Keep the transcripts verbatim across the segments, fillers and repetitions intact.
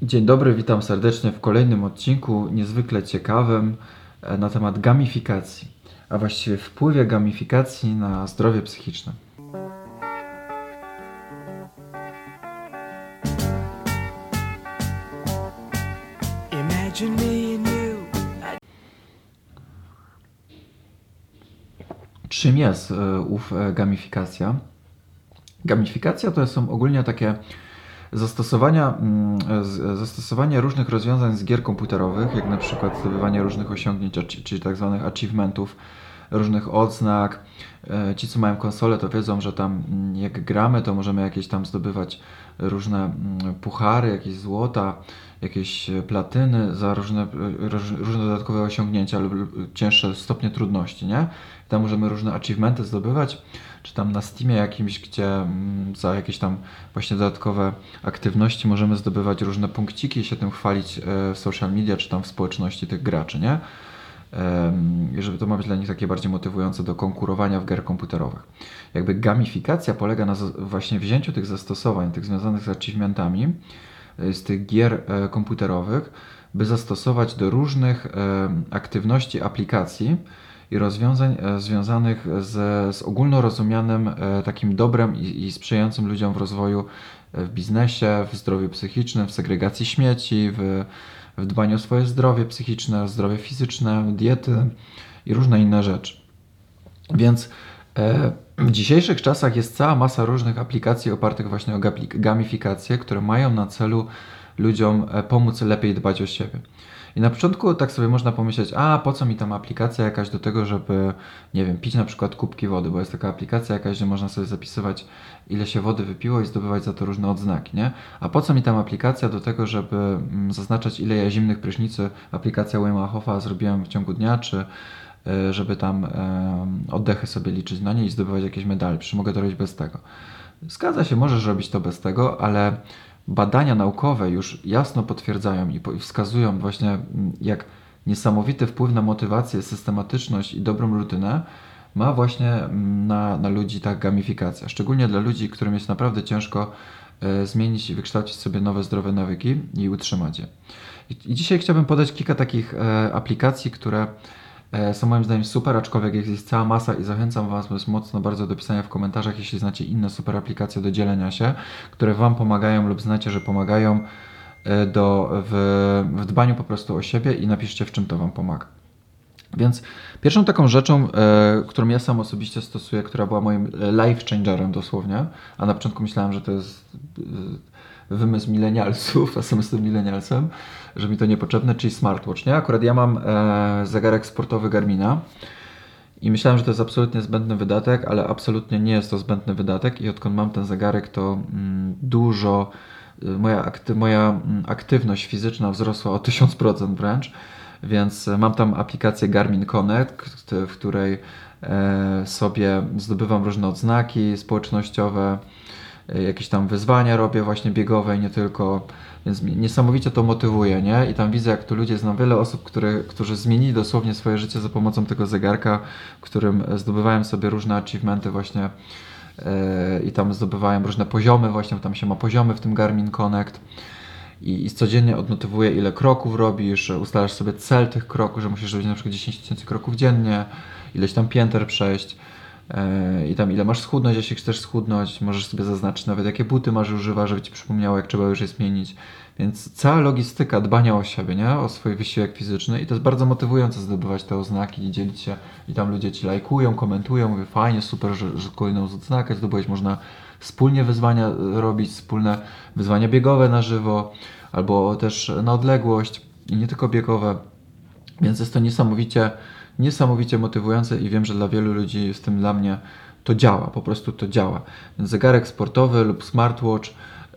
Dzień dobry, witam serdecznie w kolejnym odcinku, niezwykle ciekawym e, na temat gamifikacji, a właściwie wpływie gamifikacji na zdrowie psychiczne. Imagine me and you. Czym jest e, ów e, gamifikacja? Gamifikacja to są ogólnie takie zastosowania, mm, z- zastosowanie różnych rozwiązań z gier komputerowych, jak na przykład zdobywanie różnych osiągnięć, achi- czyli tak zwanych achievementów, różnych odznak. E, Ci, co mają konsolę, to wiedzą, że tam mm, jak gramy, to możemy jakieś tam zdobywać różne mm, puchary, jakieś złota, jakieś e, platyny za różne, e, róż- różne dodatkowe osiągnięcia lub lub cięższe stopnie trudności, nie? I tam możemy różne achievementy zdobywać, czy tam na Steamie jakimś, gdzie mm, za jakieś tam właśnie dodatkowe aktywności możemy zdobywać różne punkciki i się tym chwalić e, w social media, czy tam w społeczności tych graczy, nie? Em, I żeby to ma być dla nich takie bardziej motywujące do konkurowania w gier komputerowych. Jakby gamifikacja polega na z- właśnie wzięciu tych zastosowań, tych związanych z achievementami, e, z tych gier e, komputerowych, by zastosować do różnych e, aktywności aplikacji i rozwiązań e, związanych z, z ogólnorozumianym e, takim dobrem i, i sprzyjającym ludziom w rozwoju e, w biznesie, w zdrowiu psychicznym, w segregacji śmieci, w, w dbaniu o swoje zdrowie psychiczne, zdrowie fizyczne, diety i różne inne rzeczy. Więc e, w dzisiejszych czasach jest cała masa różnych aplikacji opartych właśnie o gapli- gamifikację, które mają na celu ludziom e, pomóc lepiej dbać o siebie. I na początku tak sobie można pomyśleć, a po co mi tam aplikacja jakaś do tego, żeby, nie wiem, pić na przykład kubki wody, bo jest taka aplikacja jakaś, że można sobie zapisywać, ile się wody wypiło i zdobywać za to różne odznaki, nie? A po co mi tam aplikacja do tego, żeby mm, zaznaczać, ile ja zimnych prysznicy, aplikacja Wima Hofa zrobiłem w ciągu dnia, czy e, żeby tam e, oddechy sobie liczyć na niej i zdobywać jakieś medale. Przecież mogę to robić bez tego. Zgadza się, możesz robić to bez tego, ale badania naukowe już jasno potwierdzają i po- i wskazują właśnie, mm, jak niesamowity wpływ na motywację, systematyczność i dobrą rutynę ma właśnie mm, na, na ludzi ta gamifikacja. Szczególnie dla ludzi, którym jest naprawdę ciężko e, zmienić i wykształcić sobie nowe zdrowe nawyki i utrzymać je. I, i dzisiaj chciałbym podać kilka takich e, aplikacji, które e, są moim zdaniem super, aczkolwiek ich jest cała masa i zachęcam Was mocno bardzo do pisania w komentarzach, jeśli znacie inne super aplikacje do dzielenia się, które Wam pomagają lub znacie, że pomagają e, do, w, w dbaniu po prostu o siebie i napiszcie, w czym to Wam pomaga. Więc pierwszą taką rzeczą, e, którą ja sam osobiście stosuję, która była moim life changerem dosłownie, a na początku myślałem, że to jest e, wymysł milenialsów, a sam jestem milenialsem, że mi to niepotrzebne, czyli smartwatch, nie? Akurat ja mam e, zegarek sportowy Garmina i myślałem, że to jest absolutnie zbędny wydatek, ale absolutnie nie jest to zbędny wydatek i odkąd mam ten zegarek, to mm, dużo, y, moja, akty, moja mm, aktywność fizyczna wzrosła o tysiąc procent wręcz, więc e, mam tam aplikację Garmin Connect, k- w której e, sobie zdobywam różne odznaki społecznościowe, e, jakieś tam wyzwania robię właśnie biegowe i nie tylko, więc mnie niesamowicie to motywuje, nie? I tam widzę, jak tu ludzie, znam wiele osób, które, którzy zmienili dosłownie swoje życie za pomocą tego zegarka, w którym zdobywałem sobie różne achievementy właśnie e, i tam zdobywałem różne poziomy właśnie, bo tam się ma poziomy w tym Garmin Connect i, i codziennie odnotowuje, ile kroków robisz, ustalasz sobie cel tych kroków, że musisz robić na przykład dziesięć tysięcy kroków dziennie, ileś tam pięter przejść e, i tam ile masz schudnąć, jeśli chcesz schudnąć, możesz sobie zaznaczyć nawet, jakie buty masz używać, żeby Ci przypomniało, jak trzeba już je zmienić. Więc cała logistyka dbania o siebie, nie? O swój wysiłek fizyczny i to jest bardzo motywujące zdobywać te oznaki i dzielić się i tam ludzie Ci lajkują, komentują, mówią fajnie, super, że, że kolejną odznakę zdobyłeś, można wspólnie wyzwania e, robić, wspólne wyzwania biegowe na żywo albo też na odległość i nie tylko biegowe, więc jest to niesamowicie, niesamowicie motywujące i wiem, że dla wielu ludzi, w tym dla mnie, to działa, po prostu to działa. Więc zegarek sportowy lub smartwatch e,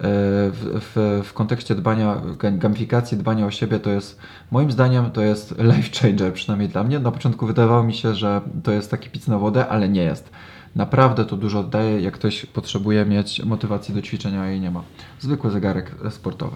w, w, w kontekście dbania, gamifikacji, dbania o siebie, to jest, moim zdaniem, to jest life changer, przynajmniej dla mnie. Na początku wydawało mi się, że to jest taki pic na wodę, ale nie jest. Naprawdę to dużo oddaje, jak ktoś potrzebuje mieć motywacji do ćwiczenia, a jej nie ma. Zwykły zegarek e, sportowy.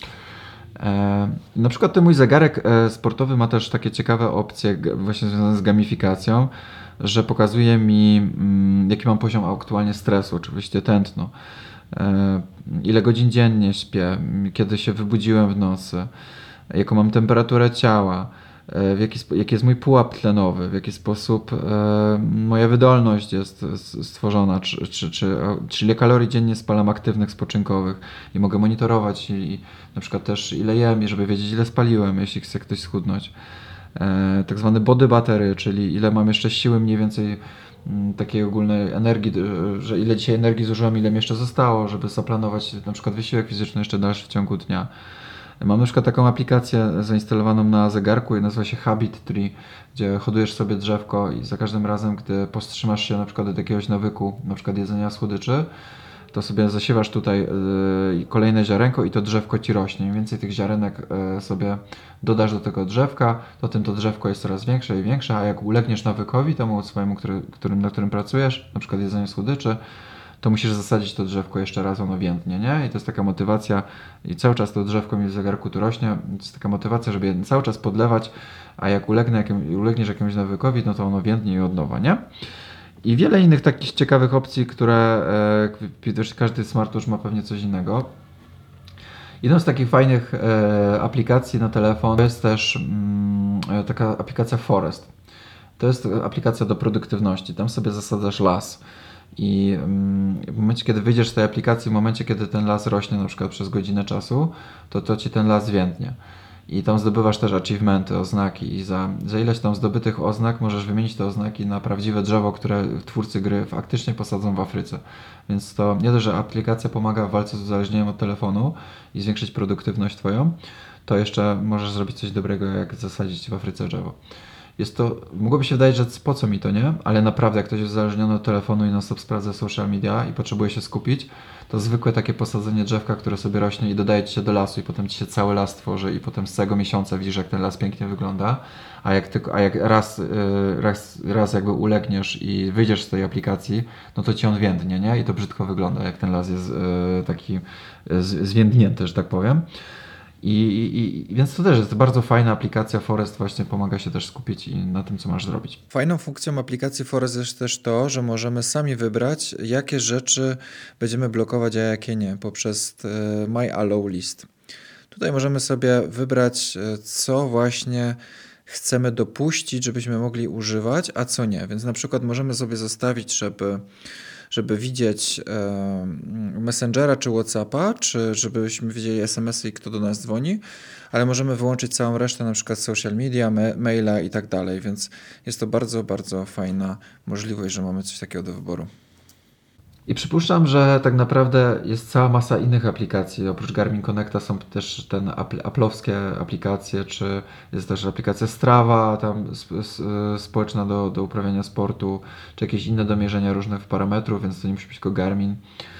E, na przykład ten mój zegarek e, sportowy ma też takie ciekawe opcje g- właśnie związane z gamifikacją, że pokazuje mi, mm, jaki mam poziom aktualnie stresu, oczywiście tętno. e, ile godzin dziennie śpię, kiedy się wybudziłem w nocy, jaką mam temperaturę ciała, e, w jaki, spo- jaki jest mój pułap tlenowy, w jaki sposób e, moja wydolność jest s- stworzona, czy, czy, czy, o, czy ile kalorii dziennie spalam aktywnych, spoczynkowych i mogę monitorować i, i na przykład też ile jem i żeby wiedzieć ile spaliłem, jeśli chce ktoś schudnąć. E, tak zwany body battery, czyli ile mam jeszcze siły mniej więcej mm, takiej ogólnej energii, d- że ile dzisiaj energii zużyłem, ile mi jeszcze zostało, żeby zaplanować na przykład wysiłek fizyczny jeszcze dalszy w ciągu dnia. Mam na przykład taką aplikację zainstalowaną na zegarku i nazywa się Habit Tree, gdzie hodujesz sobie drzewko i za każdym razem, gdy powstrzymasz się na przykład od jakiegoś nawyku, na przykład jedzenia słodyczy, to sobie zasiewasz tutaj yy, kolejne ziarenko i to drzewko ci rośnie. Im więcej tych ziarenek yy, sobie dodasz do tego drzewka, to tym to drzewko jest coraz większe i większe, a jak ulegniesz nawykowi temu swojemu, który, którym, na którym pracujesz, na przykład jedzenie słodyczy, to musisz zasadzić to drzewko jeszcze raz, ono więdnie, nie? I to jest taka motywacja i cały czas to drzewko mi w zegarku tu rośnie, to jest taka motywacja, żeby je cały czas podlewać, a jak ulegnę jakim, ulegniesz jakiemuś nawykowi, no to ono więdnie i od nowa, nie? I wiele innych takich ciekawych opcji, które e, wiesz, każdy smartwatch ma pewnie coś innego. Jedną z takich fajnych e, aplikacji na telefon to jest też mm, e, taka aplikacja Forest. To jest aplikacja do produktywności. Tam sobie zasadzasz las. I mm, w momencie, kiedy wyjdziesz z tej aplikacji, w momencie, kiedy ten las rośnie na przykład przez godzinę czasu, to to ci ten las więdnie. I tam zdobywasz też achievementy, oznaki i za, za ileś tam zdobytych oznak możesz wymienić te oznaki na prawdziwe drzewo, które twórcy gry faktycznie posadzą w Afryce. Więc to nie dość, że aplikacja pomaga w walce z uzależnieniem od telefonu i zwiększyć produktywność twoją, to jeszcze możesz zrobić coś dobrego, jak zasadzić w Afryce drzewo. Jest to, mogłoby się wydawać, że po co mi to, nie? Ale naprawdę, jak ktoś jest uzależniony od telefonu i non-stop sprawdza social media i potrzebuje się skupić, to zwykłe takie posadzenie drzewka, które sobie rośnie i dodaje ci się do lasu i potem ci się cały las tworzy i potem z całego miesiąca widzisz, jak ten las pięknie wygląda, a jak, tylko, a jak raz, yy, raz, raz jakby ulegniesz i wyjdziesz z tej aplikacji, no to ci on więdnie, nie? I to brzydko wygląda, jak ten las jest yy, taki yy, zwiędnięty, że tak powiem. I, i, i więc to też jest bardzo fajna aplikacja. Forest właśnie pomaga się też skupić i na tym, co masz zrobić. Fajną funkcją aplikacji Forest jest też to, że możemy sami wybrać, jakie rzeczy będziemy blokować, a jakie nie, poprzez e, My Allow List. Tutaj możemy sobie wybrać, e, co właśnie chcemy dopuścić, żebyśmy mogli używać, a co nie. Więc na przykład możemy sobie zostawić, żeby, żeby widzieć e, Messengera czy Whatsappa, czy żebyśmy widzieli es em esy i kto do nas dzwoni, ale możemy wyłączyć całą resztę, na przykład social media, me- maila i tak dalej, więc jest to bardzo, bardzo fajna możliwość, że mamy coś takiego do wyboru. I przypuszczam, że tak naprawdę jest cała masa innych aplikacji. Oprócz Garmin Connecta są też ten apl- aplowskie aplikacje, czy jest też aplikacja Strava, tam sp- s- społeczna do, do uprawiania sportu, czy jakieś inne do mierzenia różnych parametrów, więc to nie musi być tylko Garmin.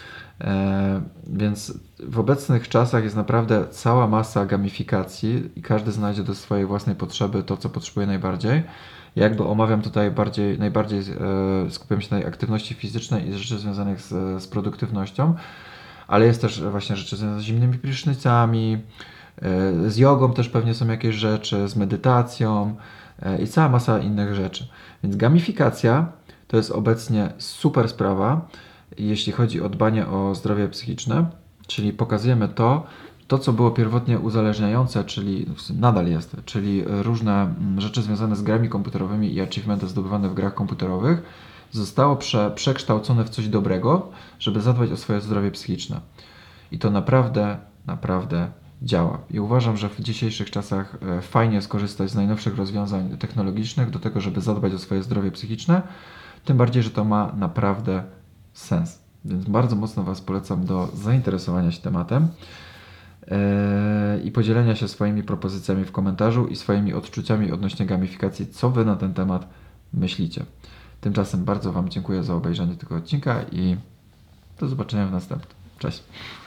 E, więc w obecnych czasach jest naprawdę cała masa gamifikacji i każdy znajdzie do swojej własnej potrzeby to, co potrzebuje najbardziej. Ja jakby omawiam tutaj bardziej, najbardziej e, skupiam się na aktywności fizycznej i rzeczy związanych z, z produktywnością, ale jest też właśnie rzeczy związane z zimnymi prysznicami, e, z jogą też pewnie są jakieś rzeczy, z medytacją e, i cała masa innych rzeczy. Więc gamifikacja to jest obecnie super sprawa, jeśli chodzi o dbanie o zdrowie psychiczne, czyli pokazujemy to, to co było pierwotnie uzależniające, czyli nadal jest, czyli różne rzeczy związane z grami komputerowymi i achievementy zdobywane w grach komputerowych, zostało prze, przekształcone w coś dobrego, żeby zadbać o swoje zdrowie psychiczne. I to naprawdę, naprawdę działa. I uważam, że w dzisiejszych czasach fajnie skorzystać z najnowszych rozwiązań technologicznych do tego, żeby zadbać o swoje zdrowie psychiczne, tym bardziej, że to ma naprawdę sens. Więc bardzo mocno Was polecam do zainteresowania się tematem yy, i podzielenia się swoimi propozycjami w komentarzu i swoimi odczuciami odnośnie gamifikacji, co Wy na ten temat myślicie. Tymczasem bardzo Wam dziękuję za obejrzenie tego odcinka i do zobaczenia w następnym. Cześć!